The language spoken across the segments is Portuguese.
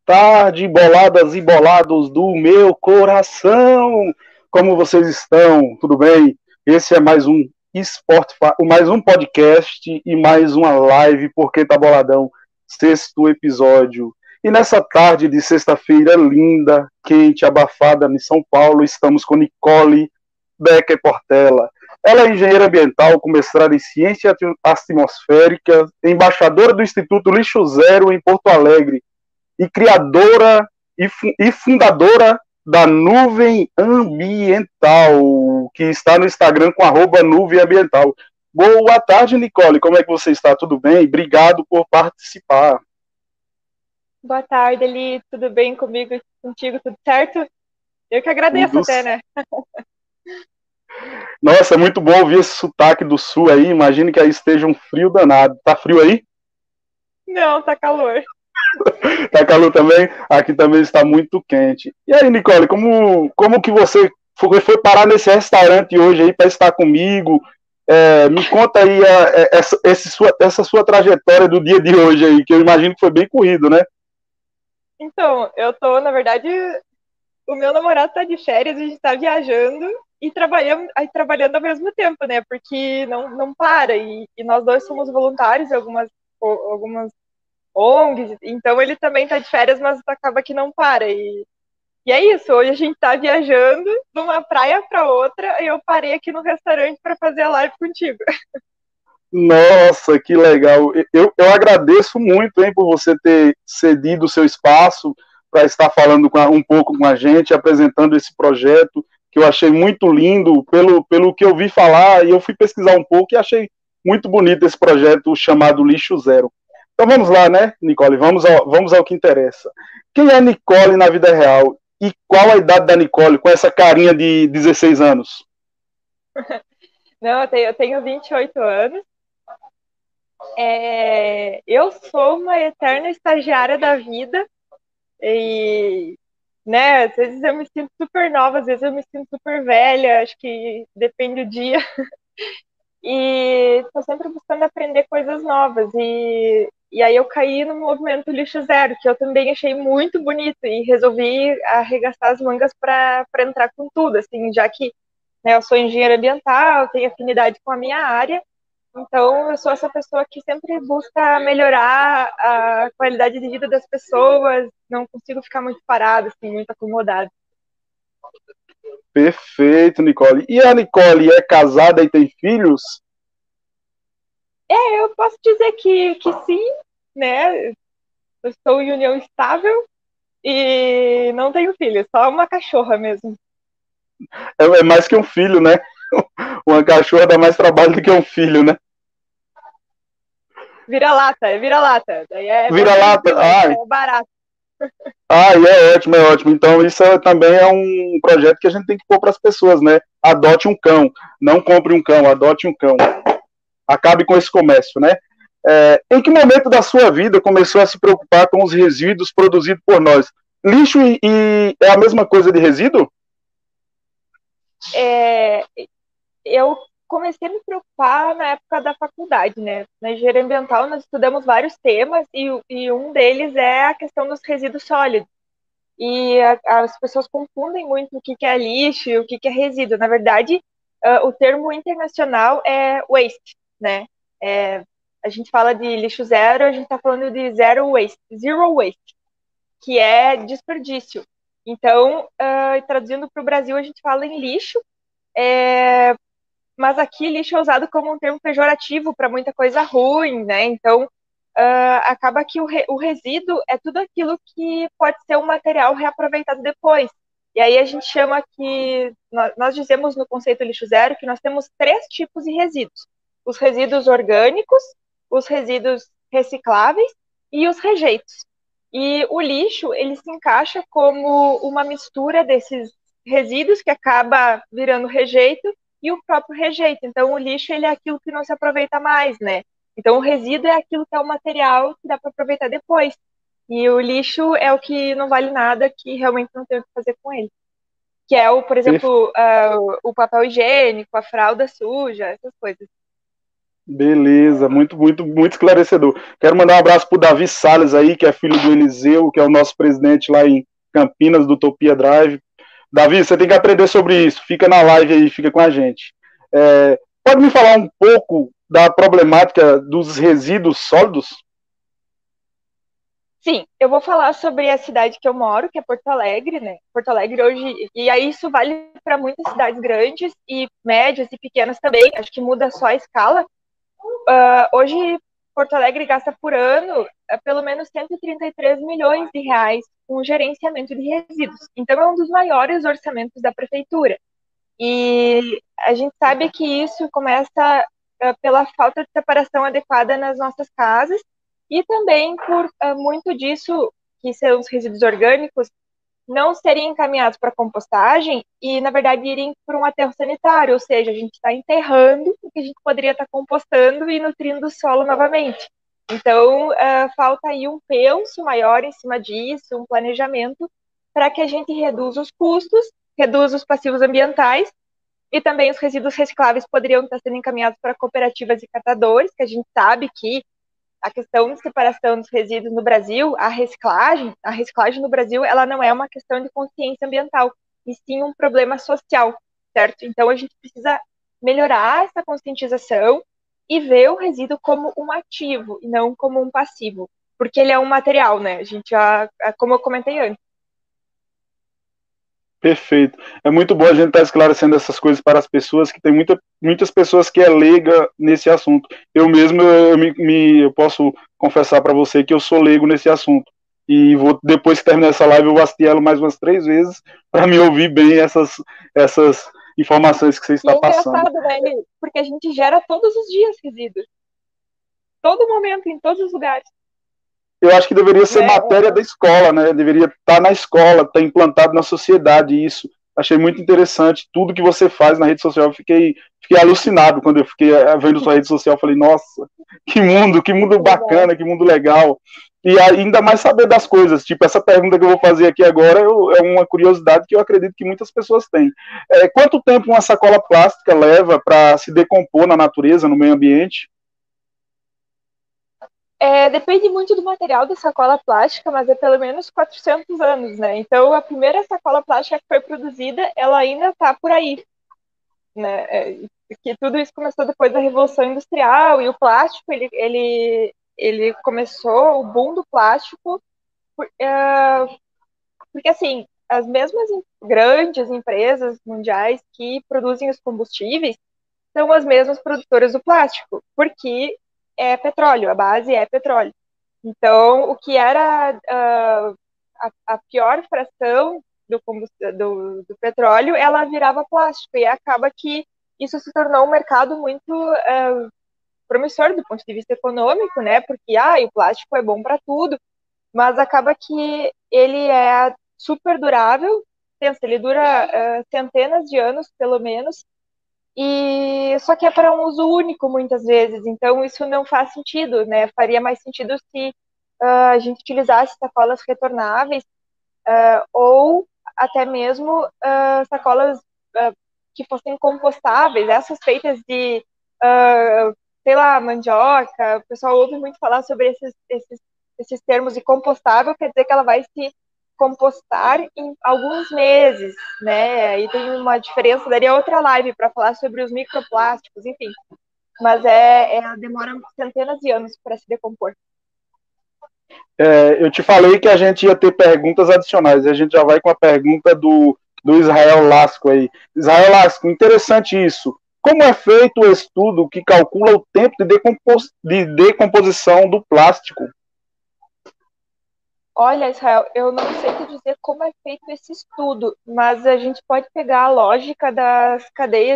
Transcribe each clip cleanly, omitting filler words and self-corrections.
tarde, boladas e bolados do meu coração. Como vocês estão? Tudo bem? Esse é mais um mais um podcast e mais uma live Porque Tá Boladão, sexto episódio. E nessa tarde de sexta-feira linda, quente, abafada em São Paulo, estamos com Nicole Becker Portela. Ela é engenheira ambiental com mestrado em ciência atmosférica, embaixadora do Instituto Lixo Zero em Porto Alegre e criadora e fundadora da Nuvem Ambiental, que está no Instagram com @Nuvem Ambiental. Boa tarde, Nicole. Como é que você está? Tudo bem? Obrigado por participar. Boa tarde, Eli. Tudo bem comigo e contigo? Tudo certo? Eu que agradeço até, né? Nossa, é muito bom ouvir esse sotaque do sul aí. Imagino que aí esteja um frio danado. Tá frio aí? Não, tá calor. Tá calor também? Aqui também está muito quente. E aí, Nicole, como que você foi parar nesse restaurante hoje aí para estar comigo? Me conta aí essa sua trajetória do dia de hoje aí, que eu imagino que foi bem corrido, né? Então, na verdade, o meu namorado tá de férias, a gente tá viajando e trabalhando ao mesmo tempo, né? Porque não para. E nós dois somos voluntários em algumas ONGs, então ele também tá de férias, mas acaba que não para. E é isso, hoje a gente tá viajando de uma praia para outra e eu parei aqui no restaurante para fazer a live contigo. Nossa, que legal. Eu agradeço muito, hein, por você ter cedido o seu espaço para estar falando um pouco com a gente, apresentando esse projeto, que eu achei muito lindo, pelo que eu vi falar, e eu fui pesquisar um pouco e achei muito bonito esse projeto chamado Lixo Zero. Então vamos lá, né, Nicole? Vamos ao que interessa. Quem é Nicole na vida real? E qual a idade da Nicole com essa carinha de 16 anos? Não, eu tenho 28 anos. Eu sou uma eterna estagiária da vida e, né, às vezes eu me sinto super nova, às vezes eu me sinto super velha, acho que depende do dia. E estou sempre buscando aprender coisas novas. E aí eu caí no movimento Lixo Zero, que eu também achei muito bonito e resolvi arregaçar as mangas para entrar com tudo, assim, já que, né, eu sou engenheira ambiental, tenho afinidade com a minha área. Então, eu sou essa pessoa que sempre busca melhorar a qualidade de vida das pessoas, não consigo ficar muito parada, assim, muito acomodada. Perfeito, Nicole. E a Nicole é casada e tem filhos? Eu posso dizer que sim, né? Eu estou em união estável e não tenho filho, só uma cachorra mesmo. É mais que um filho, né? Uma cachorra dá mais trabalho do que um filho, né? Vira-lata, vira-lata. Daí mais Vira-lata. tranquilo, é barato. É ótimo, é ótimo. Então, isso também é um projeto que a gente tem que pôr para as pessoas, né? Adote um cão. Não compre um cão, adote um cão. Acabe com esse comércio, né? Em que momento da sua vida começou a se preocupar com os resíduos produzidos por nós? Lixo e é a mesma coisa de resíduo? Eu comecei a me preocupar na época da faculdade, né? Na engenharia ambiental nós estudamos vários temas e um deles é a questão dos resíduos sólidos. E as pessoas confundem muito o que é lixo e o que é resíduo. Na verdade, o termo internacional é waste, né? A gente fala de lixo zero, a gente está falando de zero waste, que é desperdício. Então, traduzindo para o Brasil, a gente fala em lixo, mas aqui lixo é usado como um termo pejorativo para muita coisa ruim, né? Então, acaba que o resíduo é tudo aquilo que pode ser um material reaproveitado depois. E aí a gente chama que, nós dizemos no conceito lixo zero que nós temos 3 tipos de resíduos. Os resíduos orgânicos, os resíduos recicláveis e os rejeitos. E o lixo, ele se encaixa como uma mistura desses resíduos que acaba virando rejeito e o próprio rejeito. Então, o lixo, ele é aquilo que não se aproveita mais, né? Então, o resíduo é aquilo que é o material que dá para aproveitar depois. E o lixo é o que não vale nada, que realmente não tem o que fazer com ele. Que é, por exemplo, o papel higiênico, a fralda suja, essas coisas. Beleza, muito esclarecedor. Quero mandar um abraço para o Davi Salles aí, que é filho do Eliseu, que é o nosso presidente lá em Campinas, do Utopia Drive. Davi, você tem que aprender sobre isso. Fica na live aí, fica com a gente. Pode me falar um pouco da problemática dos resíduos sólidos? Sim, eu vou falar sobre a cidade que eu moro, que é Porto Alegre, né? Porto Alegre hoje, e aí isso vale para muitas cidades grandes e médias e pequenas também, acho que muda só a escala. Hoje, Porto Alegre gasta por ano pelo menos 133 milhões de reais com gerenciamento de resíduos. Então, é um dos maiores orçamentos da prefeitura. E a gente sabe que isso começa pela falta de separação adequada nas nossas casas e também por muito disso, que são os resíduos orgânicos, não serem encaminhados para compostagem e, na verdade, irem para um aterro sanitário, ou seja, a gente está enterrando o que a gente poderia estar compostando e nutrindo o solo novamente. Então, falta aí um penso maior em cima disso, um planejamento para que a gente reduza os custos, reduza os passivos ambientais e também os resíduos recicláveis poderiam estar sendo encaminhados para cooperativas e catadores, que a gente sabe que a questão de separação dos resíduos no Brasil, a reciclagem no Brasil, ela não é uma questão de consciência ambiental, e sim um problema social, certo? Então a gente precisa melhorar essa conscientização e ver o resíduo como um ativo e não como um passivo, porque ele é um material, né? A gente já, como eu comentei antes. Perfeito. É muito bom a gente estar esclarecendo essas coisas para as pessoas, que tem muitas pessoas que é leiga nesse assunto. Eu mesmo, eu posso confessar para você que eu sou leigo nesse assunto. E depois que terminar essa live, eu vou assistir ela mais umas 3 vezes para me ouvir bem essas informações que você E está é passando. engraçado, né? Porque a gente gera todos os dias resíduos. Todo momento, em todos os lugares. Eu acho que deveria ser Né? matéria da escola, né? Deveria estar na escola, estar implantado na sociedade isso. Achei muito interessante tudo que você faz na rede social. Eu fiquei alucinado quando eu fiquei vendo sua rede social. Falei, nossa, que mundo bacana, que mundo legal. E ainda mais saber das coisas. Tipo, essa pergunta que eu vou fazer aqui agora é uma curiosidade que eu acredito que muitas pessoas têm. Quanto tempo uma sacola plástica leva para se decompor na natureza, no meio ambiente? Depende muito do material da sacola plástica, mas é pelo menos 400 anos, né? Então, a primeira sacola plástica que foi produzida, ela ainda está por aí, né? Que tudo isso começou depois da Revolução Industrial e o plástico, ele começou, o boom do plástico, porque, assim, as mesmas grandes empresas mundiais que produzem os combustíveis são as mesmas produtoras do plástico, porque é petróleo, a base é petróleo. Então, o que era a pior fração do petróleo, ela virava plástico, e acaba que isso se tornou um mercado muito promissor do ponto de vista econômico, né? Porque o plástico é bom para tudo, mas acaba que ele é super durável, pensa, ele dura centenas de anos, pelo menos, e só que é para um uso único muitas vezes, então isso não faz sentido, né? Faria mais sentido se a gente utilizasse sacolas retornáveis ou até mesmo sacolas que fossem compostáveis, essas feitas de, sei lá, mandioca. O pessoal ouve muito falar sobre esses termos, e compostável quer dizer que ela vai se compostar em alguns meses, né? Aí tem uma diferença, daria outra live para falar sobre os microplásticos, enfim. Mas demora centenas de anos para se decompor. Eu te falei que a gente ia ter perguntas adicionais. A gente já vai com a pergunta do Israel Lasco aí. Israel Lasco, interessante isso. Como é feito o estudo que calcula o tempo de decomposição do plástico? Olha, Israel, eu não sei te dizer como é feito esse estudo, mas a gente pode pegar a lógica das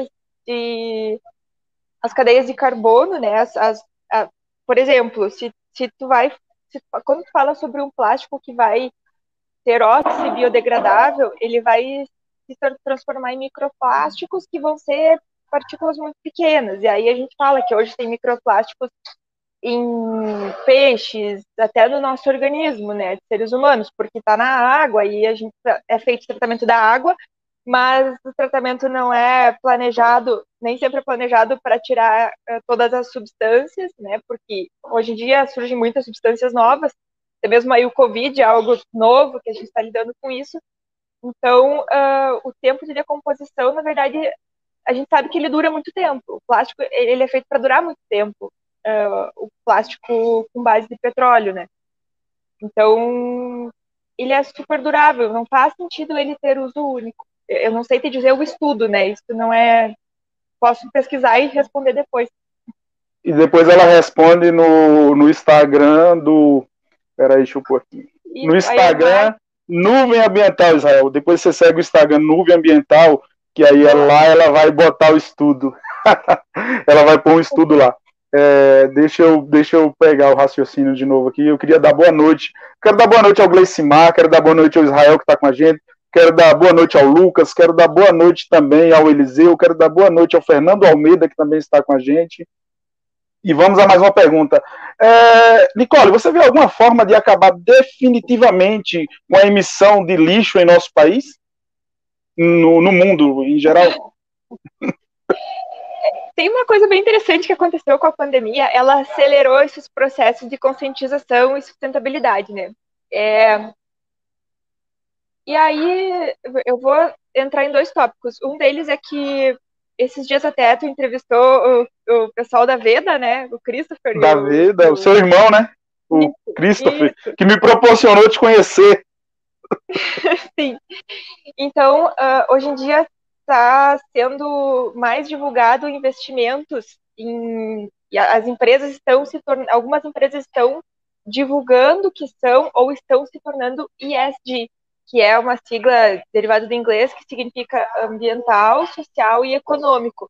cadeias de carbono, né? Por exemplo, quando tu fala sobre um plástico que vai ser óxido e biodegradável, ele vai se transformar em microplásticos que vão ser partículas muito pequenas. E aí a gente fala que hoje tem microplásticos em peixes, até no nosso organismo, né, de seres humanos, porque está na água e a gente é feito tratamento da água mas o tratamento não é planejado, nem sempre é planejado para tirar todas as substâncias, né? Porque hoje em dia surgem muitas substâncias novas, até mesmo aí o Covid é algo novo que a gente está lidando com isso. Então, o tempo de decomposição, na verdade, a gente sabe que ele dura muito tempo. O plástico, ele é feito para durar muito tempo. O plástico com base de petróleo, né? Então, ele é super durável. Não faz sentido ele ter uso único. Eu não sei te dizer o estudo, né? Isso não é... Posso pesquisar e responder depois. E depois ela responde no Instagram do... Peraí, deixa eu pôr aqui. No Isso, aí eu Instagram, Nuvem Ambiental, Israel. Depois você segue o Instagram Nuvem Ambiental, que aí lá ela vai botar o estudo. Ela vai pôr um estudo lá. Deixa eu pegar o raciocínio de novo aqui. Eu queria dar boa noite. Quero dar boa noite ao Gleicimar, quero dar boa noite ao Israel que está com a gente, quero dar boa noite ao Lucas, quero dar boa noite também ao Eliseu, quero dar boa noite ao Fernando Almeida, que também está com a gente. E vamos a mais uma pergunta. Nicole, você vê alguma forma de acabar definitivamente com a emissão de lixo em nosso país? No mundo em geral? Tem uma coisa bem interessante que aconteceu com a pandemia, ela acelerou esses processos de conscientização e sustentabilidade, né? E aí eu vou entrar em dois tópicos. Um deles é que esses dias até tu entrevistou o pessoal da Veda, né? O Christopher Da Veda, o seu irmão, né? O Christopher, isso. que me proporcionou te conhecer. Sim. Então, hoje em dia está sendo mais divulgado investimentos e as empresas estão se tornando, algumas empresas estão divulgando que são ou estão se tornando ESG, que é uma sigla derivada do inglês que significa ambiental, social e econômico.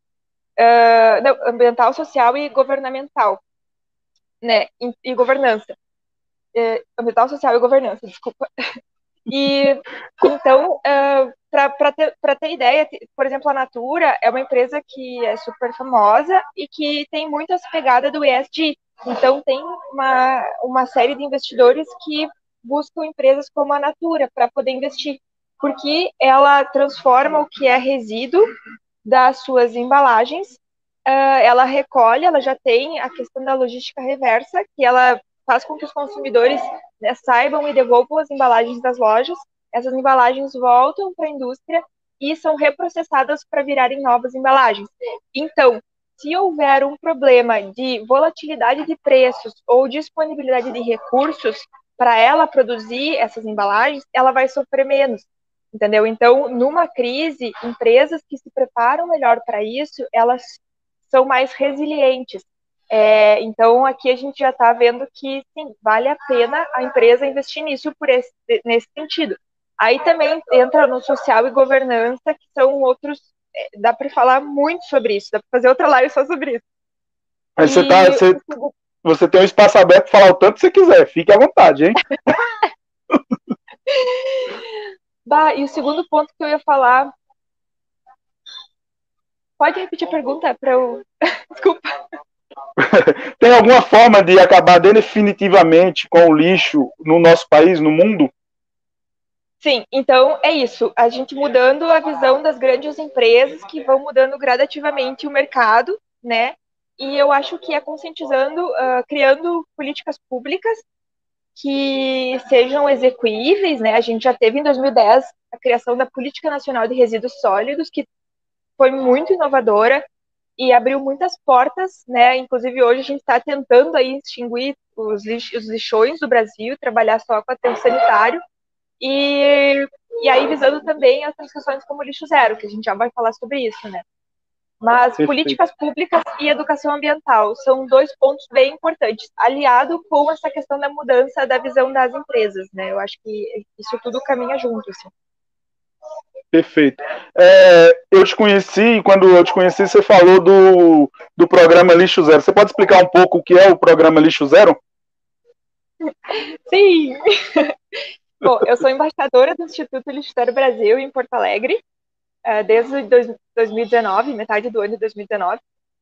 Não, ambiental, social e governamental, né? E governança. Ambiental, social e governança, desculpa. E então, para ter ideia, por exemplo, a Natura é uma empresa que é super famosa e que tem muitas pegadas do ESG. Então, tem uma série de investidores que buscam empresas como a Natura para poder investir, porque ela transforma o que é resíduo das suas embalagens, ela recolhe, ela já tem a questão da logística reversa, que ela faz com que os consumidores, né, saibam e devolvam as embalagens das lojas. Essas embalagens voltam para a indústria e são reprocessadas para virarem novas embalagens. Então, se houver um problema de volatilidade de preços ou disponibilidade de recursos para ela produzir essas embalagens, ela vai sofrer menos. Entendeu? Então, numa crise, empresas que se preparam melhor para isso, elas são mais resilientes. Então, aqui a gente já está vendo que, sim, vale a pena a empresa investir nisso nesse sentido. Aí também entra no social e governança, que são outros... dá para falar muito sobre isso, dá para fazer outra live só sobre isso. Mas você tem um espaço aberto para falar o tanto que você quiser. Fique à vontade, hein? E o segundo ponto que eu ia falar... Pode repetir a pergunta para eu... Desculpa. Tem alguma forma de acabar definitivamente com o lixo no nosso país, no mundo? Sim, então é isso. A gente mudando a visão das grandes empresas que vão mudando gradativamente o mercado, né? E eu acho que é conscientizando, criando políticas públicas que sejam execuíveis, né? A gente já teve em 2010 a criação da Política Nacional de Resíduos Sólidos, que foi muito inovadora e abriu muitas portas, né? Inclusive hoje a gente está tentando aí extinguir os lixões do Brasil, trabalhar só com aterro sanitário e aí visando também as questões como lixo zero, que a gente já vai falar sobre isso, né? Mas Perfeito. Políticas públicas e educação ambiental são dois pontos bem importantes, aliado com essa questão da mudança da visão das empresas, né? Eu acho que isso tudo caminha junto, assim. Perfeito. Eu te conheci, e quando eu te conheci, você falou do programa Lixo Zero. Você pode explicar um pouco o que é o programa Lixo Zero? Sim! Bom, eu sou embaixadora do Instituto Lixo Zero Brasil em Porto Alegre, desde 2019, metade do ano de 2019.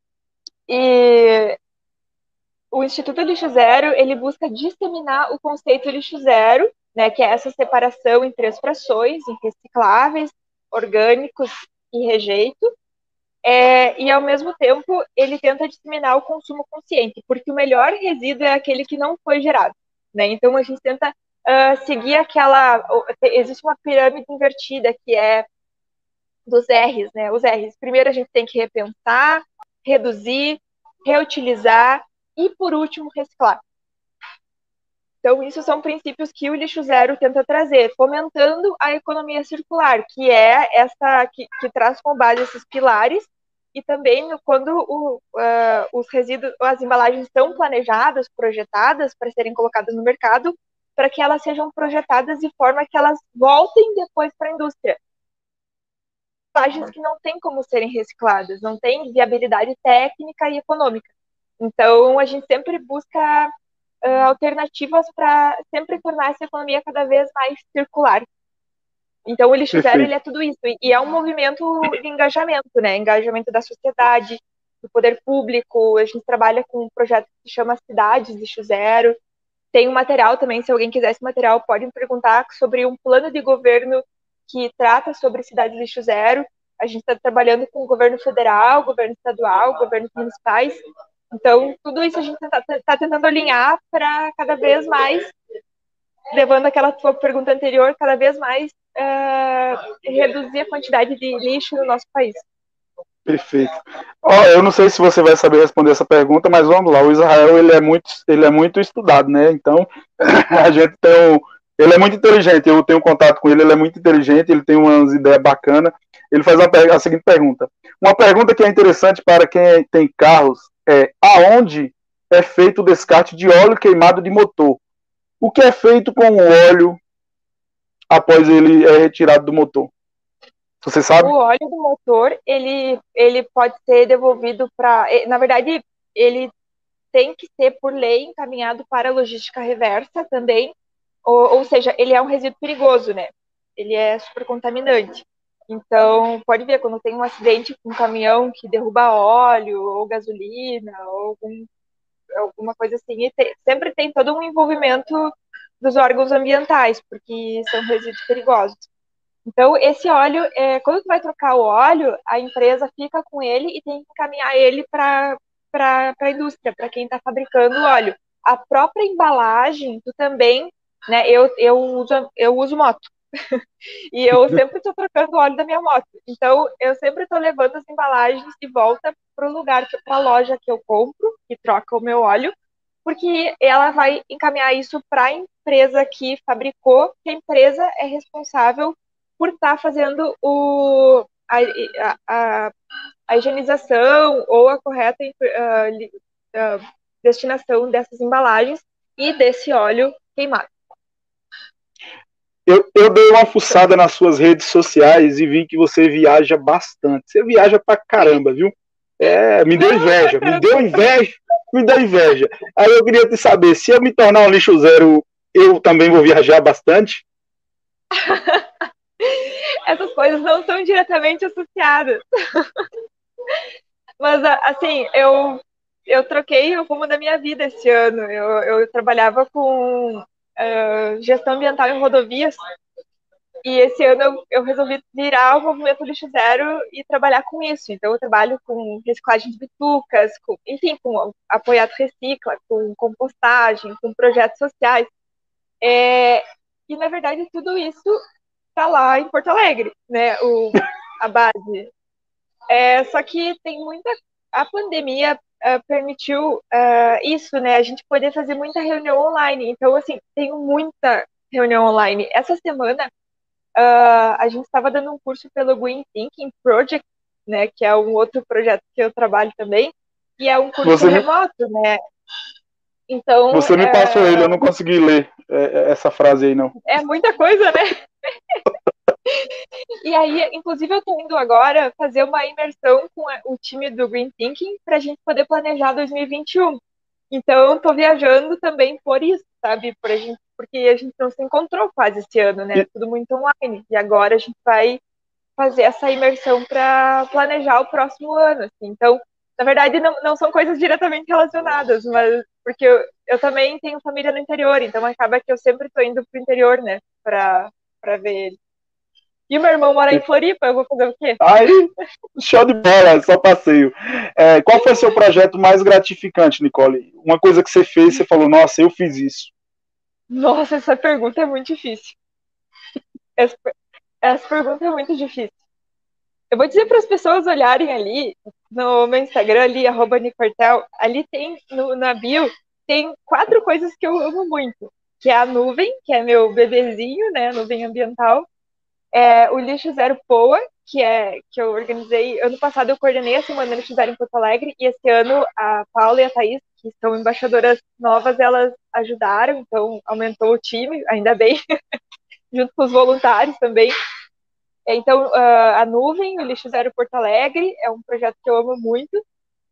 E o Instituto Lixo Zero, ele busca disseminar o conceito lixo zero, né, que é essa separação entre as frações, em recicláveis, orgânicos e rejeito, e ao mesmo tempo ele tenta disseminar o consumo consciente, porque o melhor resíduo é aquele que não foi gerado, né? Então a gente tenta seguir existe uma pirâmide invertida que é dos R's, né? Os R's. Primeiro a gente tem que repensar, reduzir, reutilizar e, por último, reciclar. Então, isso são princípios que o Lixo Zero tenta trazer, fomentando a economia circular, que é essa que traz como base esses pilares, e também quando os resíduos, as embalagens estão planejadas, projetadas para serem colocadas no mercado, para que elas sejam projetadas de forma que elas voltem depois para a indústria. Embalagens que não têm como serem recicladas, não têm viabilidade técnica e econômica. Então, a gente sempre busca alternativas para sempre tornar essa economia cada vez mais circular. Então, o Lixo Zero ele é tudo isso. E é um movimento de engajamento, né? Engajamento da sociedade, do poder público. A gente trabalha com um projeto que se chama Cidades Lixo Zero. Tem um material também, se alguém quiser esse material, pode me perguntar sobre um plano de governo que trata sobre Cidades Lixo Zero. A gente está trabalhando com o governo federal, governo estadual, governos municipais. Então, tudo isso a gente está tentando alinhar para cada vez mais, levando aquela sua pergunta anterior, cada vez mais reduzir a quantidade de lixo no nosso país. Perfeito. Eu não sei se você vai saber responder essa pergunta, mas vamos lá. O Israel ele é muito estudado, né? Então a gente ele é muito inteligente. Eu tenho contato com ele. Ele é muito inteligente. Ele tem umas ideias bacanas. Ele faz a seguinte pergunta. Uma pergunta que é interessante para quem tem carros é: aonde é feito o descarte de óleo queimado de motor? O que é feito com o óleo após ele é retirado do motor? Você sabe? O óleo do motor, ele pode ser devolvido para... Na verdade, ele tem que ser, por lei, encaminhado para a logística reversa também. Ou seja, ele é um resíduo perigoso, né? Ele é super contaminante. Então, pode ver, quando tem um acidente com um caminhão que derruba óleo ou gasolina ou alguma coisa assim, sempre tem todo um envolvimento dos órgãos ambientais, porque são resíduos perigosos. Então, esse óleo, quando tu vai trocar o óleo, a empresa fica com ele e tem que encaminhar ele para a indústria, para quem está fabricando o óleo. A própria embalagem, tu também, né? Eu uso moto. E eu sempre estou trocando o óleo da minha moto. Então, eu sempre estou levando as embalagens de volta para o lugar, para a loja que eu compro, que troca o meu óleo, porque ela vai encaminhar isso para a empresa que fabricou, que a empresa é responsável por estar fazendo a higienização ou a correta destinação dessas embalagens e desse óleo queimado. Eu dei uma fuçada nas suas redes sociais e vi que você viaja bastante. Você viaja pra caramba, viu? Me deu inveja, me deu inveja, me deu inveja. Aí eu queria te saber, se eu me tornar um lixo zero, eu também vou viajar bastante? Essas coisas não estão diretamente associadas. Mas, assim, eu troquei o rumo da minha vida esse ano. Eu trabalhava com gestão ambiental em rodovias. E esse ano eu resolvi virar o movimento Lixo Zero e trabalhar com isso. Então, eu trabalho com reciclagem de bitucas, enfim, com Apoiado Recicla, com compostagem, com projetos sociais. E, na verdade, tudo isso está lá em Porto Alegre, né? A base. Só que tem muita... A pandemia permitiu isso, né? A gente poder fazer muita reunião online. Então, assim, tenho muita reunião online. Essa semana, a gente estava dando um curso pelo Green Thinking Project, né? Que é um outro projeto que eu trabalho também. E é um curso remoto, né? Então, você me passou ele, eu não consegui ler essa frase aí, não. É muita coisa, né? E aí, inclusive, eu estou indo agora fazer uma imersão com o time do Green Thinking para a gente poder planejar 2021. Então, estou viajando também por isso, sabe? Porque a gente não se encontrou quase esse ano, né? Tudo muito online. E agora a gente vai fazer essa imersão para planejar o próximo ano. Assim. Então, na verdade, não são coisas diretamente relacionadas, mas porque eu também tenho família no interior, então acaba que eu sempre estou indo para o interior, né? Para ver ele. E o meu irmão mora em Floripa, eu vou fazer o quê? Aí, show de bola, só passeio. Qual foi o seu projeto mais gratificante, Nicole? Uma coisa que você fez, você falou, nossa, eu fiz isso. Nossa, essa pergunta é muito difícil. Essa pergunta é muito difícil. Eu vou dizer para as pessoas olharem ali no meu Instagram, ali, @nicortel, ali tem, na bio, tem 4 coisas que eu amo muito. Que é a nuvem, que é meu bebezinho, né, a nuvem ambiental. O Lixo Zero Poa, que eu organizei, ano passado eu coordenei a Semana Lixo Zero em Porto Alegre, e esse ano a Paula e a Thaís, que são embaixadoras novas, elas ajudaram, então aumentou o time, ainda bem, junto com os voluntários também. Então, a Nuvem, o Lixo Zero Porto Alegre, é um projeto que eu amo muito.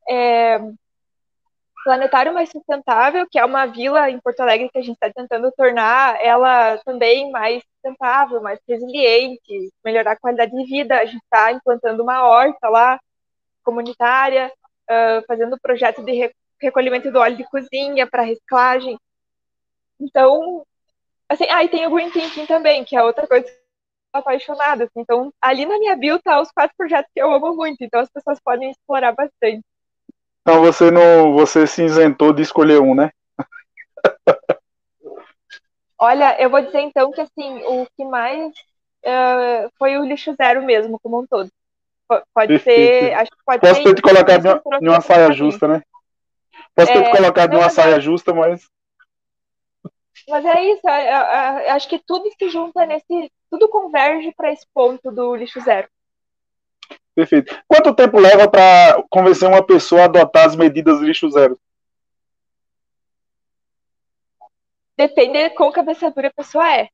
Planetário Mais Sustentável, que é uma vila em Porto Alegre que a gente está tentando tornar ela também mais sustentável, mais resiliente, melhorar a qualidade de vida. A gente está implantando uma horta lá, comunitária, fazendo projeto de recolhimento do óleo de cozinha para reciclagem. Então, assim, e tem o Green Thinking também, que é outra coisa que eu sou apaixonada. Assim. Então, ali na minha bio tá os 4 projetos que eu amo muito, então as pessoas podem explorar bastante. Então você se isentou de escolher um, né? Olha, eu vou dizer então que assim, o que mais foi o Lixo Zero mesmo, como um todo. Pode ser, Perfeito. acho que pode Posso ser ter te isso, que colocado isso entrou em uma no saia caminho. justa, né? Posso ter te colocado em Não, uma saia justa, mas mas é isso, acho que tudo se junta tudo converge para esse ponto do Lixo Zero. perfeito. Quanto tempo leva para convencer uma pessoa a adotar as medidas lixo zero? Depende de quão cabeça dura a pessoa é.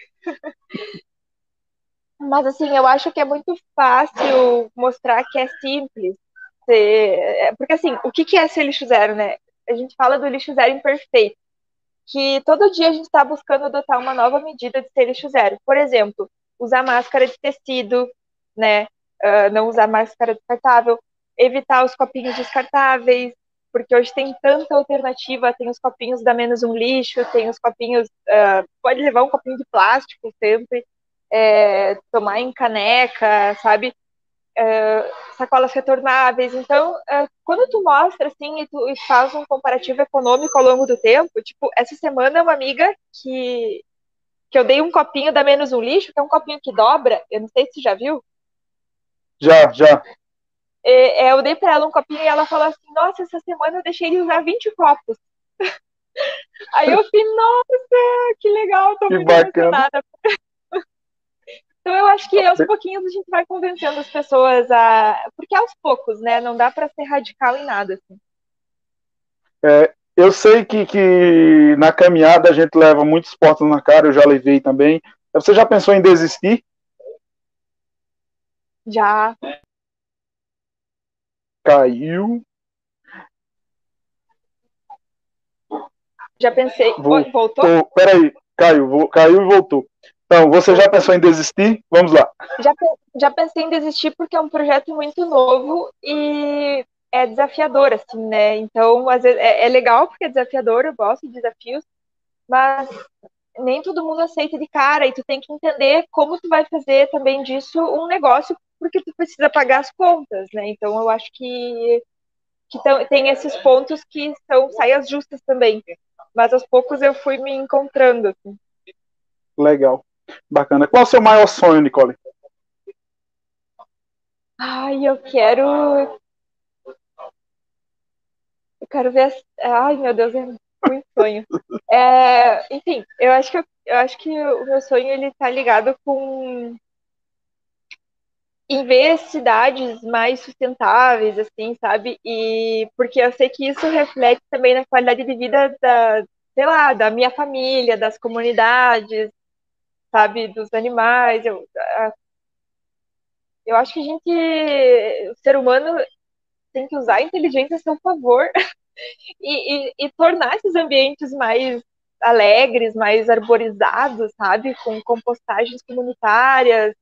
Mas assim, eu acho que é muito fácil mostrar que é simples. Porque assim, o que é ser lixo zero, né? A gente fala do lixo zero imperfeito, que todo dia a gente está buscando adotar uma nova medida de ser lixo zero. Por exemplo, usar máscara de tecido, né? Não usar máscara descartável, evitar os copinhos descartáveis, porque hoje tem tanta alternativa, tem os copinhos da menos um lixo, tem os copinhos, pode levar um copinho de plástico sempre, tomar em caneca, sabe? Sacolas retornáveis. Então, quando tu mostra assim e faz um comparativo econômico ao longo do tempo, tipo, essa semana uma amiga que eu dei um copinho da menos um lixo, que é um copinho que dobra, eu não sei se você já viu. Já. Eu dei para ela um copinho e ela falou assim: Nossa, essa semana eu deixei ele usar 20 copos. Aí eu fiquei, nossa, que legal, tô Que muito bacana. emocionada. Então eu acho que aos pouquinhos a gente vai convencendo as pessoas a. Porque aos poucos, né? Não dá para ser radical em nada. Assim. Eu sei que na caminhada a gente leva muitos portas na cara, eu já levei também. Você já pensou em desistir? Já. Caiu. Já pensei. Voltou? Peraí, caiu e voltou. Então, você já pensou em desistir? Vamos lá. Já pensei em desistir porque é um projeto muito novo e é desafiador, assim, né? Então, às vezes, é legal porque é desafiador, eu gosto de desafios, mas nem todo mundo aceita de cara e tu tem que entender como tu vai fazer também disso um negócio porque tu precisa pagar as contas, né? Então, eu acho que tem esses pontos que são saias justas também. Mas aos poucos eu fui me encontrando. Assim. Legal. Bacana. Qual é o seu maior sonho, Nicole? Ai, eu quero. Eu quero ver. Ai, meu Deus, é muito sonho. Enfim, eu acho que o meu sonho ele tá ligado com em ver cidades mais sustentáveis, assim, sabe? E porque eu sei que isso reflete também na qualidade de vida sei lá, da minha família, das comunidades, sabe, dos animais. Eu acho que o ser humano tem que usar a inteligência a seu favor e tornar esses ambientes mais alegres, mais arborizados, sabe, com compostagens comunitárias,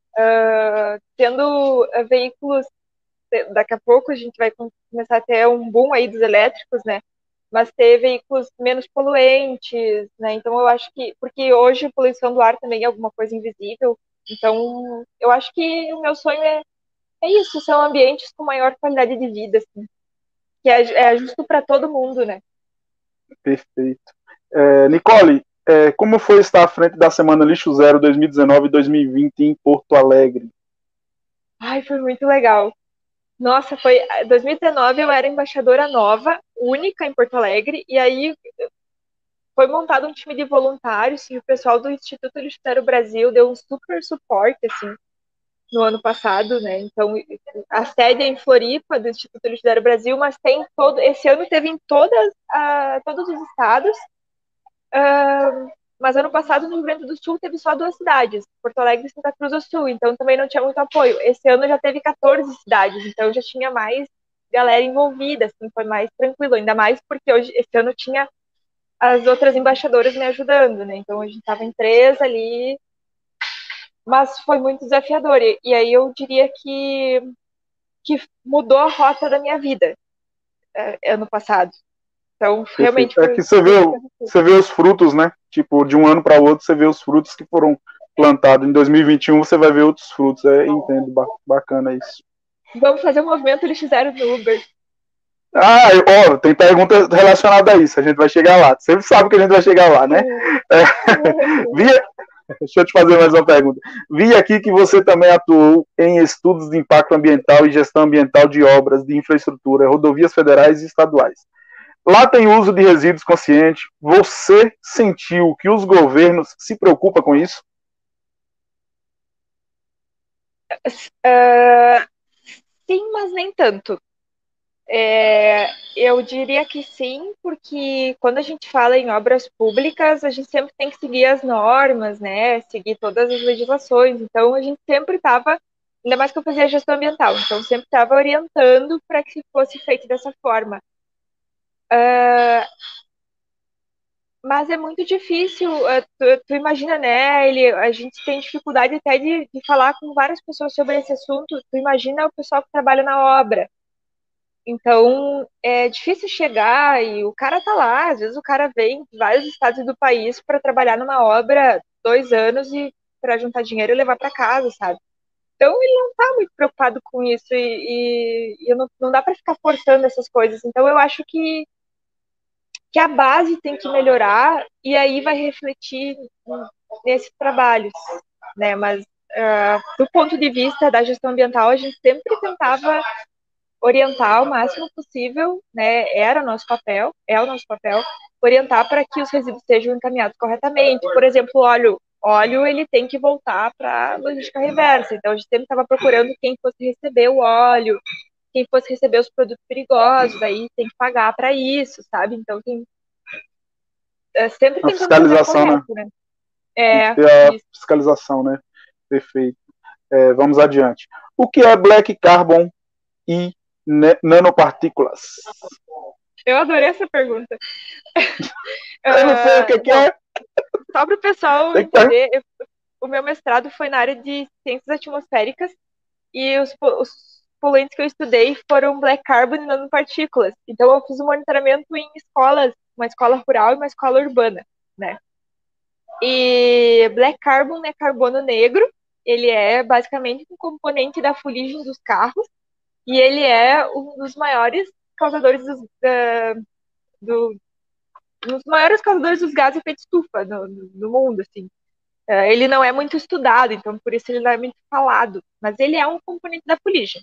tendo veículos. Daqui a pouco a gente vai começar a ter um boom aí dos elétricos, né? Mas ter veículos menos poluentes, né? Então eu acho que porque hoje a poluição do ar também é alguma coisa invisível Então, eu acho que o meu sonho é isso, são ambientes com maior qualidade de vida, assim, que é justo para todo mundo, né? Perfeito. Nicole, como foi estar à frente da Semana Lixo Zero 2019 e 2020 em Porto Alegre? Ai, foi muito legal. Nossa, foi 2019 eu era embaixadora nova, única em Porto Alegre, e aí foi montado um time de voluntários e o pessoal do Instituto Lixeiro Brasil deu um super suporte assim no ano passado, né? Então a sede é em Floripa do Instituto Lixeiro Brasil, mas tem todo esse ano teve em todos os estados. Mas ano passado no Rio Grande do Sul teve só 2 cidades, Porto Alegre e Santa Cruz do Sul, então também não tinha muito apoio. Esse ano já teve 14 cidades, então já tinha mais galera envolvida, assim, foi mais tranquilo, ainda mais porque hoje esse ano tinha as outras embaixadoras me ajudando, né? Então a gente estava em 3 ali, mas foi muito desafiador. E aí eu diria que mudou a rota da minha vida ano passado. Então Perfeito. realmente É foi que muito desafiador. você vê os frutos, né? Tipo, de um ano para o outro, você vê os frutos que foram plantados. Em 2021, você vai ver outros frutos. Entendo, bacana isso. Vamos fazer um movimento, eles fizeram no Uber. Ah, tem pergunta relacionada a isso. A gente vai chegar lá. Você sabe que a gente vai chegar lá, né? É, via, deixa eu te fazer mais uma pergunta. Vi aqui que você também atuou em estudos de impacto ambiental e gestão ambiental de obras de infraestrutura, rodovias federais e estaduais. Lá tem uso de resíduos consciente. Você sentiu que os governos se preocupam com isso? Uh, sim, mas nem tanto. Eu diria que sim, porque quando a gente fala em obras públicas, a gente sempre tem que seguir as normas, né? Seguir todas as legislações. Então, a gente sempre estava, ainda mais que eu fazia gestão ambiental, então sempre estava orientando para que fosse feito dessa forma. Mas é muito difícil, tu imagina, né? A gente tem dificuldade até de falar com várias pessoas sobre esse assunto. Tu imagina o pessoal que trabalha na obra. Então, é difícil chegar e o cara tá lá. Às vezes o cara vem de vários estados do país para trabalhar numa obra 2 anos e para juntar dinheiro e levar para casa, sabe? Então, ele não tá muito preocupado com isso e não dá para ficar forçando essas coisas. Então, eu acho que a base tem que melhorar e aí vai refletir nesses trabalhos, né? Mas, do ponto de vista da gestão ambiental, a gente sempre tentava orientar o máximo possível, né? Era o nosso papel, é o nosso papel, orientar para que os resíduos sejam encaminhados corretamente. Por exemplo, óleo ele tem que voltar para a logística reversa. Então a gente sempre estava procurando quem fosse receber o óleo, quem fosse receber os produtos perigosos, aí tem que pagar para isso, sabe? Então sempre A tentando fazer o fiscalização, né? correto, né? Tem que É, ter a isso. fiscalização, né? Perfeito. Vamos adiante. O que é black carbon e nanopartículas? Eu adorei essa pergunta. Eu não sei o que Bom, é. só para o pessoal Tem que ter... entender, o meu mestrado foi na área de ciências atmosféricas e os poluentes que eu estudei foram black carbon e nanopartículas. Então eu fiz um monitoramento em escolas, uma escola rural e uma escola urbana, né? E black carbon é carbono negro, ele é basicamente um componente da fuligem dos carros e ele é um dos maiores causadores do, dos maiores causadores dos gases de efeito estufa no mundo, assim. Ele não é muito estudado, então por isso ele não é muito falado, mas ele é um componente da fuligem.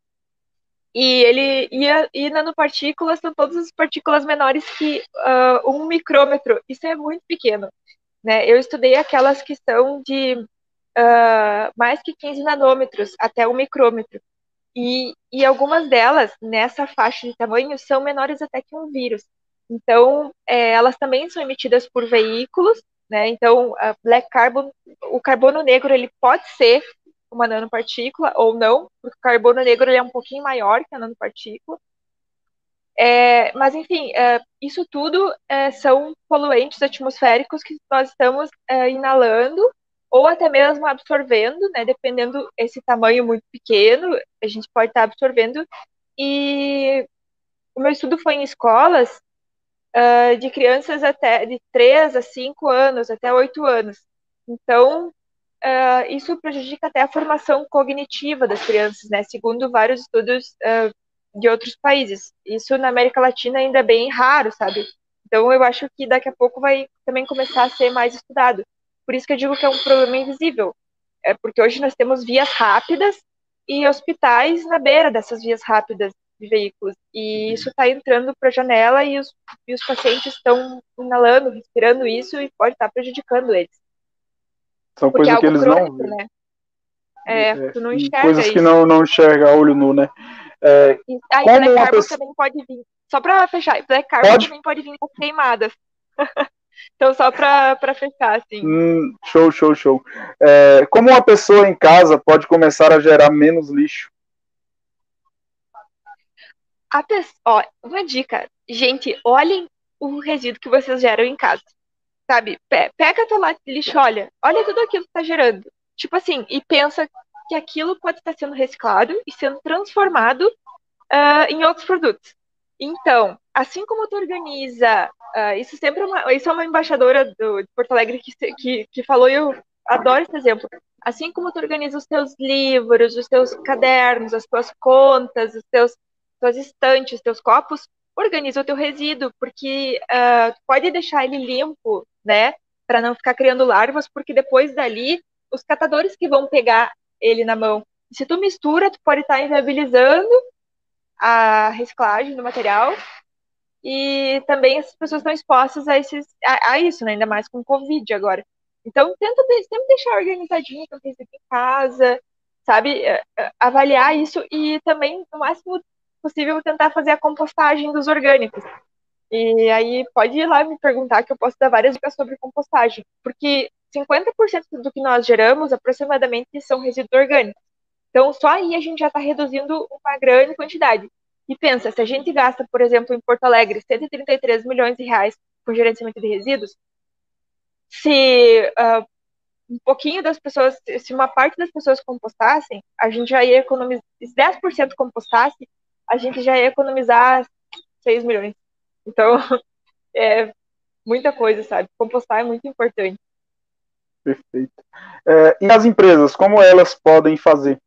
E nanopartículas são todas as partículas menores que 1 micrômetro. Isso é muito pequeno, né? Eu estudei aquelas que são de mais que 15 nanômetros até 1 micrômetro. E algumas delas, nessa faixa de tamanho, são menores até que um vírus. Então, elas também são emitidas por veículos, né? Então, black carbon, o carbono negro, ele pode ser uma nanopartícula ou não, porque o carbono negro ele é um pouquinho maior que a nanopartícula. Mas, enfim, isso tudo são poluentes atmosféricos que nós estamos inalando ou até mesmo absorvendo, né? Dependendo esse tamanho muito pequeno, a gente pode estar absorvendo. E o meu estudo foi em escolas de crianças até de 3 a 5 anos, até 8 anos. Então, isso prejudica até a formação cognitiva das crianças, né? Segundo vários estudos de outros países. Isso na América Latina ainda é bem raro, sabe? Então eu acho que daqui a pouco vai também começar a ser mais estudado. Por isso que eu digo que é um problema invisível. É porque hoje nós temos vias rápidas e hospitais na beira dessas vias rápidas de veículos. E isso está entrando para a janela e os pacientes estão inalando, respirando isso e pode estar prejudicando eles. São Porque é coisas que algo eles não crônico, veem. né? Tu não enxerga Coisas que isso. não enxerga a olho nu, né? E aí, Como Black uma Carbon pessoa... também pode vir. Só para fechar, Black Carbon Pode? também pode vir das queimadas. Então, só para fechar, assim. Show. Como uma pessoa em casa pode começar a gerar menos lixo? Uma dica. Gente, olhem o resíduo que vocês geram em casa. Sabe? Pega a tua lata de lixo, olha tudo aquilo que tá gerando. Tipo assim, e pensa que aquilo pode estar sendo reciclado e sendo transformado em outros produtos. Então, assim como tu organiza, isso é uma embaixadora de Porto Alegre que falou, e eu adoro esse exemplo. Assim como tu organiza os teus livros, os teus cadernos, as tuas contas, tuas estantes, os teus copos, organiza o teu resíduo, porque tu pode deixar ele limpo, né, para não ficar criando larvas, porque depois dali, os catadores que vão pegar ele na mão. Se tu mistura, tu pode estar inviabilizando a reciclagem do material e também essas pessoas estão expostas a isso, né? Ainda mais com o Covid agora. Então, tenta sempre deixar organizadinho o resíduo em casa, sabe? Avaliar isso e também, no máximo possível, tentar fazer a compostagem dos orgânicos. E aí pode ir lá me perguntar que eu posso dar várias dicas sobre compostagem, porque 50% do que nós geramos aproximadamente são resíduos orgânicos. Então, só aí a gente já está reduzindo uma grande quantidade. E pensa, se a gente gasta, por exemplo, em Porto Alegre, 133 milhões de reais com gerenciamento de resíduos, se um pouquinho das pessoas, se uma parte das pessoas compostassem, a gente já ia economizar, se 10% compostasse, a gente já ia economizar 6 milhões. Então, é muita coisa, sabe? Compostar é muito importante. Perfeito. E as empresas, como elas podem fazer?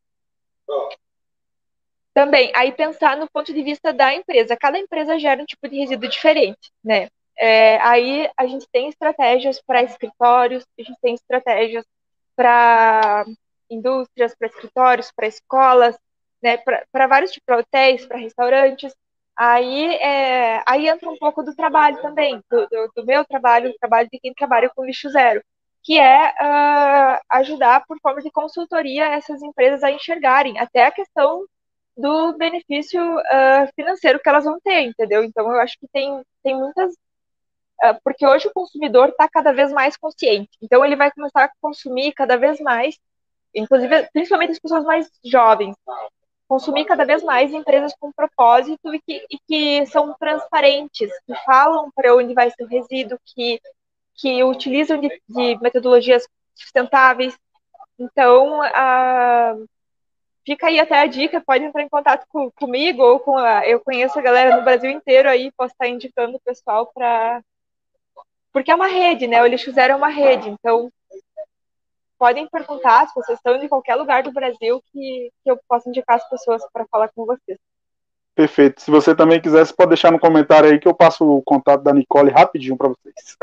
Também, aí pensar no ponto de vista da empresa. Cada empresa gera um tipo de resíduo diferente, né? Aí a gente tem estratégias para escritórios, a gente tem estratégias para indústrias, para escritórios, para escolas, né? Para vários tipos, para hotéis, para restaurantes. Aí entra um pouco do trabalho também, do meu trabalho, do trabalho de quem trabalha com lixo zero, que é ajudar por forma de consultoria essas empresas a enxergarem até a questão do benefício financeiro que elas vão ter, entendeu? Então, eu acho que tem muitas. Porque hoje o consumidor está cada vez mais consciente. Então, ele vai começar a consumir cada vez mais, inclusive, principalmente as pessoas mais jovens, consumir cada vez mais empresas com propósito e que são transparentes, que falam para onde vai ser o resíduo, que utilizam de metodologias sustentáveis. Então, fica aí até a dica, pode entrar em contato comigo ou eu conheço a galera no Brasil inteiro aí, posso estar indicando o pessoal para... Porque é uma rede, né? O Lixo Zero é uma rede, então podem perguntar se vocês estão de qualquer lugar do Brasil que eu posso indicar as pessoas para falar com vocês. Perfeito. Se você também quiser, você pode deixar no comentário aí que eu passo o contato da Nicole rapidinho para vocês.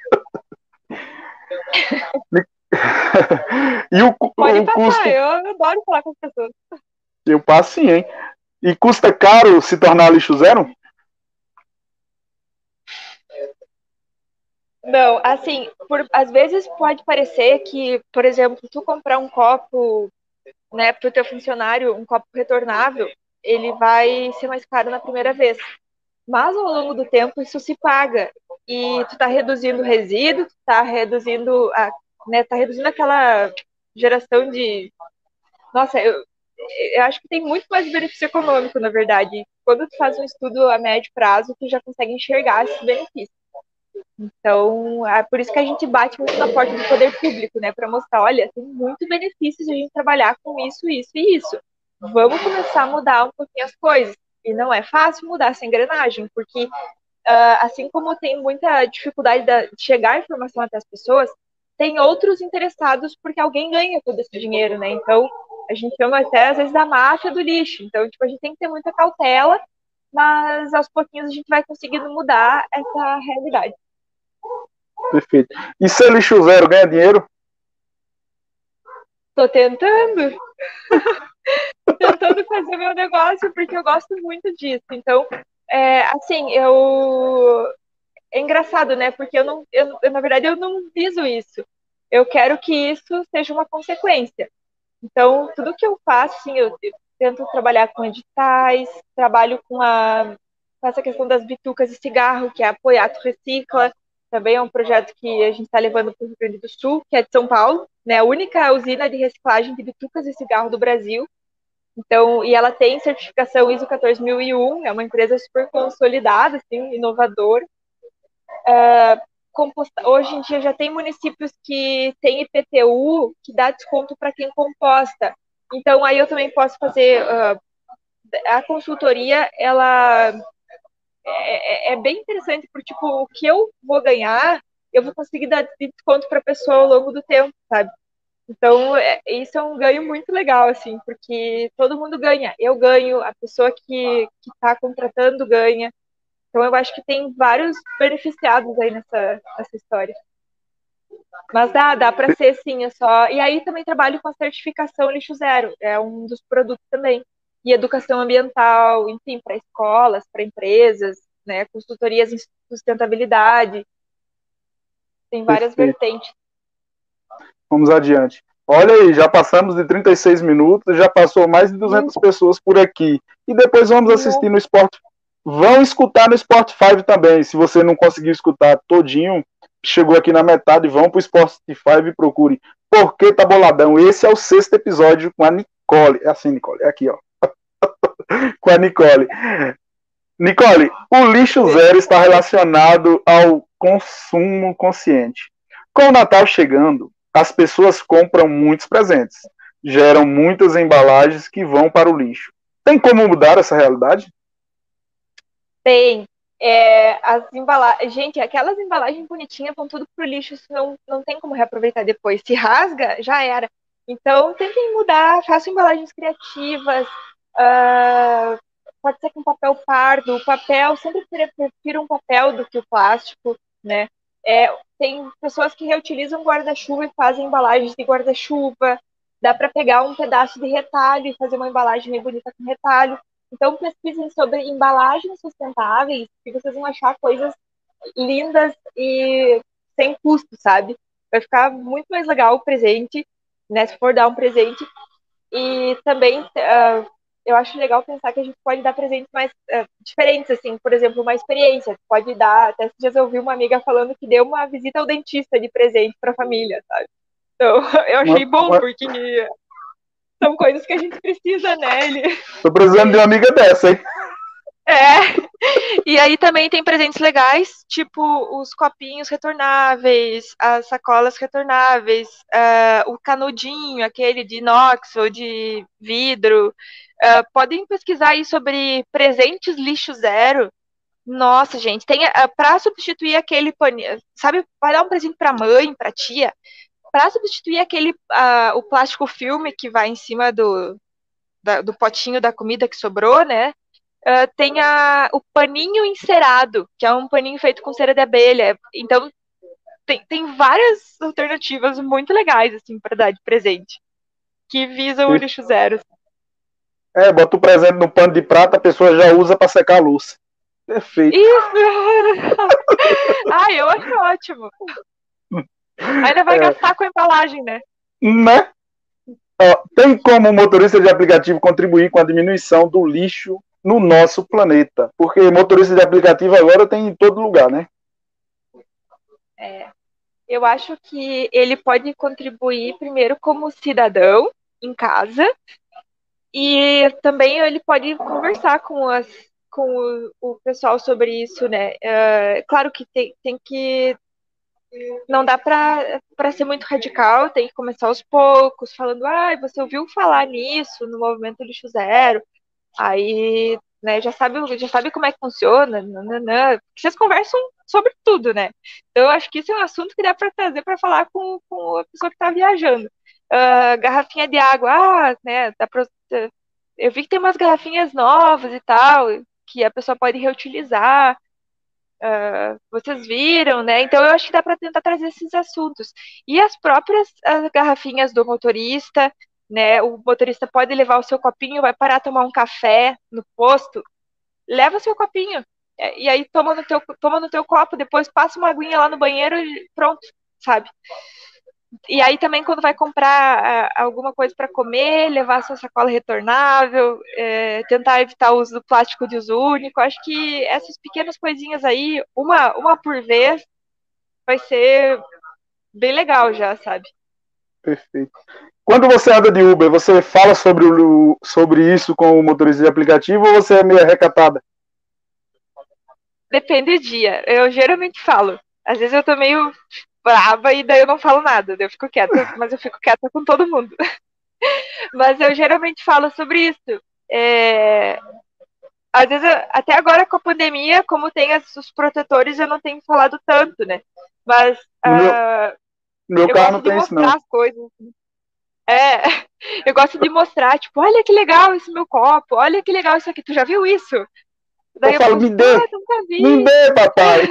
Pode passar, custo... eu adoro falar com as pessoas. Eu passo sim, hein? E custa caro se tornar lixo zero? Não, assim, às vezes pode parecer que, por exemplo, tu comprar um copo, né, para o teu funcionário, um copo retornável, ele vai ser mais caro na primeira vez. Mas ao longo do tempo isso se paga. E tu está reduzindo o resíduo, tu tá reduzindo tá reduzindo aquela geração de. Nossa, eu acho que tem muito mais benefício econômico, na verdade. Quando tu faz um estudo a médio prazo, tu já consegue enxergar esses benefícios. Então, é por isso que a gente bate muito na porta do poder público, né? Para mostrar, olha, tem muitos benefícios de a gente trabalhar com isso, isso e isso. Vamos começar a mudar um pouquinho as coisas. E não é fácil mudar essa engrenagem, porque assim como tem muita dificuldade de chegar a informação até as pessoas, tem outros interessados porque alguém ganha todo esse dinheiro, né? Então, a gente chama até, às vezes, da máfia do lixo. Então, tipo, a gente tem que ter muita cautela, mas aos pouquinhos a gente vai conseguindo mudar essa realidade. Perfeito. E ser lixo zero ganha dinheiro? Tô tentando. Tentando fazer meu negócio, porque eu gosto muito disso. Então, assim, é engraçado, né? Porque na verdade, eu não viso isso. Eu quero que isso seja uma consequência. Então, tudo que eu faço, assim, eu tento trabalhar com editais, trabalho com essa questão das bitucas de cigarro, que é a Apoiato Recicla. Também é um projeto que a gente está levando para o Rio Grande do Sul, que é de São Paulo, né? A única usina de reciclagem de bitucas de cigarro do Brasil. Então, e ela tem certificação ISO 14001, é uma empresa super consolidada, assim, inovadora. Hoje em dia já tem municípios que têm IPTU que dá desconto para quem composta. Então, aí eu também posso fazer a consultoria, ela é bem interessante, porque tipo, o que eu vou ganhar, eu vou conseguir dar desconto para a pessoa ao longo do tempo, sabe? Então, isso é um ganho muito legal, assim, porque todo mundo ganha. Eu ganho, a pessoa que está contratando ganha. Então, eu acho que tem vários beneficiados aí nessa história. Mas dá para ser, sim, é só. E aí também trabalho com a certificação Lixo Zero, é um dos produtos também. E educação ambiental, enfim, para escolas, para empresas, né, consultorias em sustentabilidade. Tem várias Perfeito. vertentes. Vamos adiante. Olha aí, já passamos de 36 minutos, já passou mais de 200 pessoas por aqui. E depois vamos assistir no Sport. Vão escutar no Spotify também. Se você não conseguiu escutar todinho, chegou aqui na metade, vão para o Spotify e procure Por que tá boladão? Esse é o 6º episódio com a Nicole. É assim, Nicole, é aqui, ó. Com a Nicole. Nicole, o lixo zero está relacionado ao consumo consciente. Com o Natal chegando, as pessoas compram muitos presentes, geram muitas embalagens que vão para o lixo. Tem como mudar essa realidade? Tem. As embalagens. Gente, aquelas embalagens bonitinhas vão tudo pro lixo, isso não tem como reaproveitar depois. Se rasga, já era. Então, tentem mudar, façam embalagens criativas. Pode ser com papel pardo. O papel, sempre prefiro um papel do que o plástico, né? Tem pessoas que reutilizam guarda-chuva e fazem embalagens de guarda-chuva. Dá para pegar um pedaço de retalho e fazer uma embalagem bem bonita com retalho. Então, pesquisem sobre embalagens sustentáveis, que vocês vão achar coisas lindas e sem custo, sabe? Vai ficar muito mais legal o presente, né? Se for dar um presente. E também, eu acho legal pensar que a gente pode dar presentes mais diferentes, assim, por exemplo, uma experiência. Pode dar, até esses dias eu ouvi uma amiga falando que deu uma visita ao dentista de presente para a família, sabe? Então, eu achei bom, porque são coisas que a gente precisa, né? Tô precisando de uma amiga dessa, hein? E aí também tem presentes legais, tipo os copinhos retornáveis, as sacolas retornáveis, o canudinho, aquele de inox ou de vidro. Podem pesquisar aí sobre presentes lixo zero. Nossa, gente, tem para substituir aquele paninho, sabe, vai dar um presente para mãe, para tia, para substituir aquele o plástico filme que vai em cima do potinho da comida que sobrou, né? Tem o paninho encerado, que é um paninho feito com cera de abelha. Então, tem várias alternativas muito legais, assim, para dar de presente, que visam o lixo zero. Bota o presente no pano de prata, a pessoa já usa para secar a louça. Perfeito. Isso! Ai, eu acho ótimo. Ainda vai gastar com a embalagem, né? Né? Tem como o motorista de aplicativo contribuir com a diminuição do lixo no nosso planeta? Porque motorista de aplicativo agora tem em todo lugar, né? Eu acho que ele pode contribuir primeiro como cidadão em casa e também ele pode conversar com o pessoal sobre isso, né? Claro que tem que não dá para ser muito radical, tem que começar aos poucos, falando, você ouviu falar nisso no movimento lixo zero? Aí né? Já sabe como é que funciona, nananã, porque vocês conversam sobre tudo, né? Então, eu acho que isso é um assunto que dá para trazer para falar com a pessoa que está viajando. Garrafinha de água, né? Eu vi que tem umas garrafinhas novas e tal, que a pessoa pode reutilizar. Vocês viram, né? Então eu acho que dá para tentar trazer esses assuntos. E as garrafinhas do motorista, né? O motorista pode levar o seu copinho, vai parar tomar um café no posto, leva o seu copinho. E aí toma no teu copo, depois passa uma aguinha lá no banheiro e pronto, sabe? E aí também quando vai comprar alguma coisa para comer, levar a sua sacola retornável, tentar evitar o uso do plástico de uso único. Acho que essas pequenas coisinhas aí, uma por vez, vai ser bem legal já, sabe? Perfeito. Quando você anda de Uber, você fala sobre isso com o motorista de aplicativo ou você é meio recatada? Depende do dia. Eu geralmente falo. Às vezes eu tô meio brava e daí eu não falo nada. Daí eu fico quieta, mas eu fico quieta com todo mundo. Mas eu geralmente falo sobre isso. Às vezes, até agora com a pandemia, como tem os protetores, eu não tenho falado tanto, né? Mas No meu, no meu eu carro não gosto de tem isso, não. mostrar as coisas. É, eu gosto de mostrar, tipo, olha que legal esse meu copo, olha que legal isso aqui, tu já viu isso? Eu Daí a falo, pessoa, nunca me vi. dê, papai.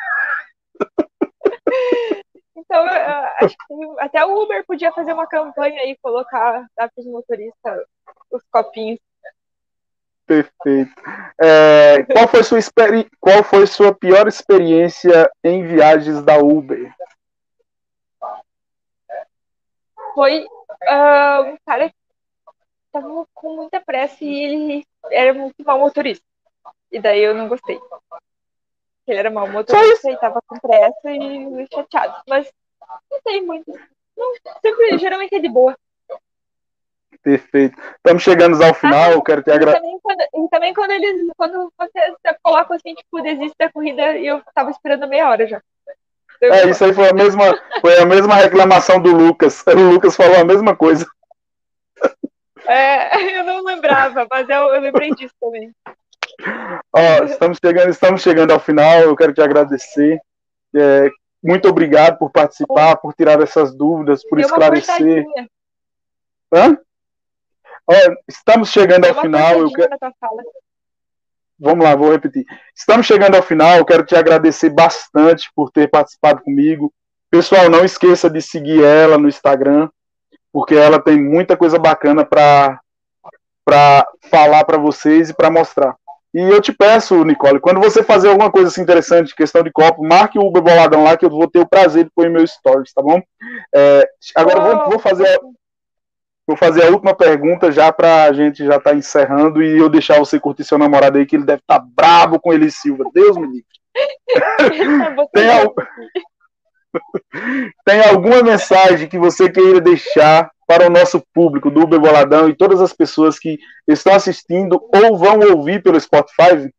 Então, acho que até o Uber podia fazer uma campanha aí, colocar para os motoristas os copinhos. Perfeito. Qual foi sua pior experiência em viagens da Uber? Foi um cara que tava com muita pressa e ele era muito mau motorista. E daí eu não gostei. Ele era mau Só motorista isso. e tava com pressa e chateado. Mas não tem muito. Não, sempre, geralmente é de boa. Perfeito. Estamos chegando ao final. Eu quero te agradecer. E também quando você coloca assim, tipo, desiste da corrida e eu tava esperando meia hora já. Isso aí foi a mesma reclamação do Lucas. O Lucas falou a mesma coisa. Eu não lembrava, mas eu lembrei disso também. Estamos chegando ao final. Eu quero te agradecer. Muito obrigado por participar, por tirar essas dúvidas, por Deu uma esclarecer. cortadinha. Hã? Estamos chegando ao final. Na tua fala. Vamos lá, vou repetir. Estamos chegando ao final. Eu quero te agradecer bastante por ter participado comigo. Pessoal, não esqueça de seguir ela no Instagram, porque ela tem muita coisa bacana para falar para vocês e para mostrar. E eu te peço, Nicole, quando você fazer alguma coisa assim interessante, questão de copo, marque o Uber Boladão lá, que eu vou ter o prazer de pôr em meus stories, tá bom? Agora vou fazer a última pergunta já pra gente já tá encerrando e eu deixar você curtir seu namorado aí, que ele deve estar bravo com ele, Silva. Deus me livre. Tem alguma mensagem que você queira deixar para o nosso público do Uber Boladão e todas as pessoas que estão assistindo ou vão ouvir pelo Spotify?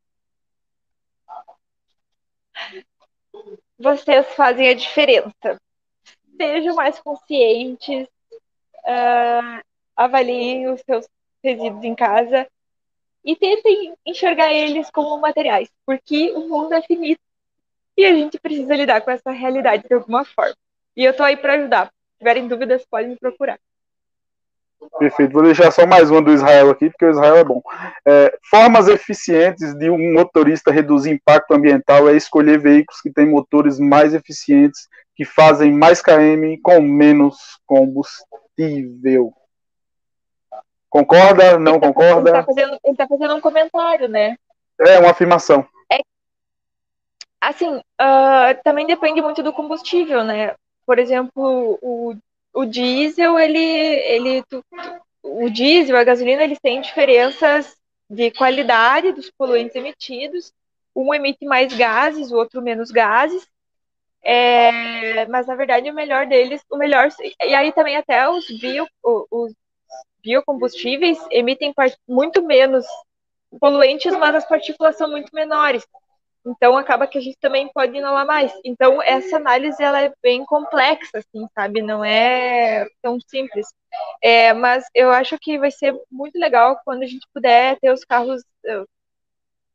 Vocês fazem a diferença. Sejam mais conscientes, avaliem os seus resíduos em casa e tentem enxergar eles como materiais, porque o mundo é finito e a gente precisa lidar com essa realidade de alguma forma. E eu tô aí para ajudar. Se tiverem dúvidas, podem me procurar. Perfeito. Vou deixar só mais uma do Israel aqui, porque o Israel é bom. Formas eficientes de um motorista reduzir impacto ambiental é escolher veículos que têm motores mais eficientes, que fazem mais km com menos combustível. Concorda? Não concorda? Ele tá fazendo um comentário, né? É uma afirmação. Assim, também depende muito do combustível, né? Por exemplo, o diesel, o diesel, a gasolina, eles têm diferenças de qualidade dos poluentes emitidos. Um emite mais gases, o outro menos gases. Mas na verdade e aí também até os biocombustíveis emitem muito menos poluentes, mas as partículas são muito menores. Então acaba que a gente também pode inalar mais. Então essa análise ela é bem complexa, assim, sabe? Não é tão simples. Mas eu acho que vai ser muito legal quando a gente puder ter os carros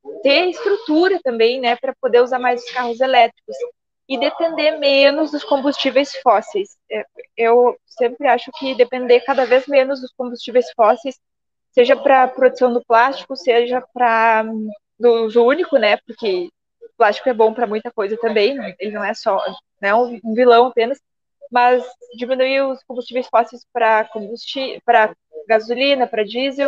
ter estrutura também, né, para poder usar mais os carros elétricos e depender menos dos combustíveis fósseis. Eu sempre acho que depender cada vez menos dos combustíveis fósseis, seja para a produção do plástico, seja para do uso único, né, porque o plástico é bom para muita coisa também, ele não é só, não é um vilão apenas, mas diminuir os combustíveis fósseis para gasolina, para diesel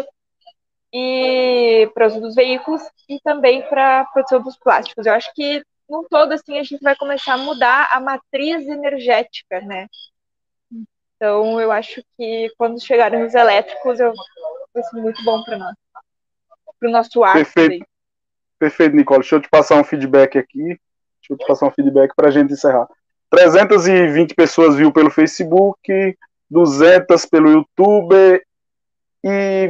e para uso dos veículos e também para a produção dos plásticos. Eu acho que num todo assim a gente vai começar a mudar a matriz energética, né? Então eu acho que quando chegarem os elétricos vai ser muito bom para nós, para o nosso ar Perfeito, também. perfeito, Nicole. Deixa eu te passar um feedback aqui. Deixa eu te passar um feedback para a gente encerrar. 320 pessoas viu pelo Facebook, 200 pelo YouTube e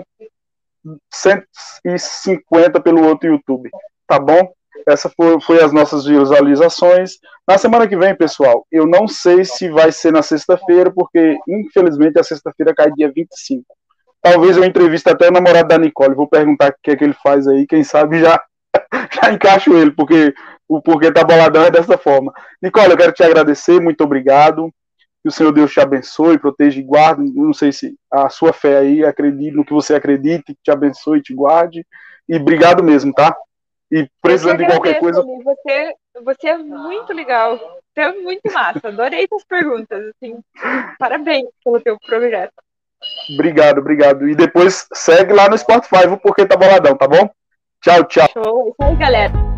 150 pelo outro YouTube. Tá bom? Essa foi as nossas visualizações. Na semana que vem, pessoal, eu não sei se vai ser na sexta-feira, porque infelizmente a sexta-feira cai dia 25. Talvez eu entreviste até o namorado da Nicole. Vou perguntar o que é que ele faz aí. Quem sabe já encaixo ele, porque o porquê tá boladão é dessa forma. Nicole, eu quero te agradecer, muito obrigado. Que o Senhor Deus te abençoe, proteja e guarde. Não sei se a sua fé aí, acredite no que você acredita, que te abençoe e te guarde. E obrigado mesmo, tá? E precisando de qualquer coisa. Você é muito legal. Você é muito massa. Adorei suas perguntas. Assim, parabéns pelo teu projeto. Obrigado, obrigado. E depois segue lá no Spotify, porque tá boladão, tá bom? Tchau, tchau. Show. É isso aí, galera.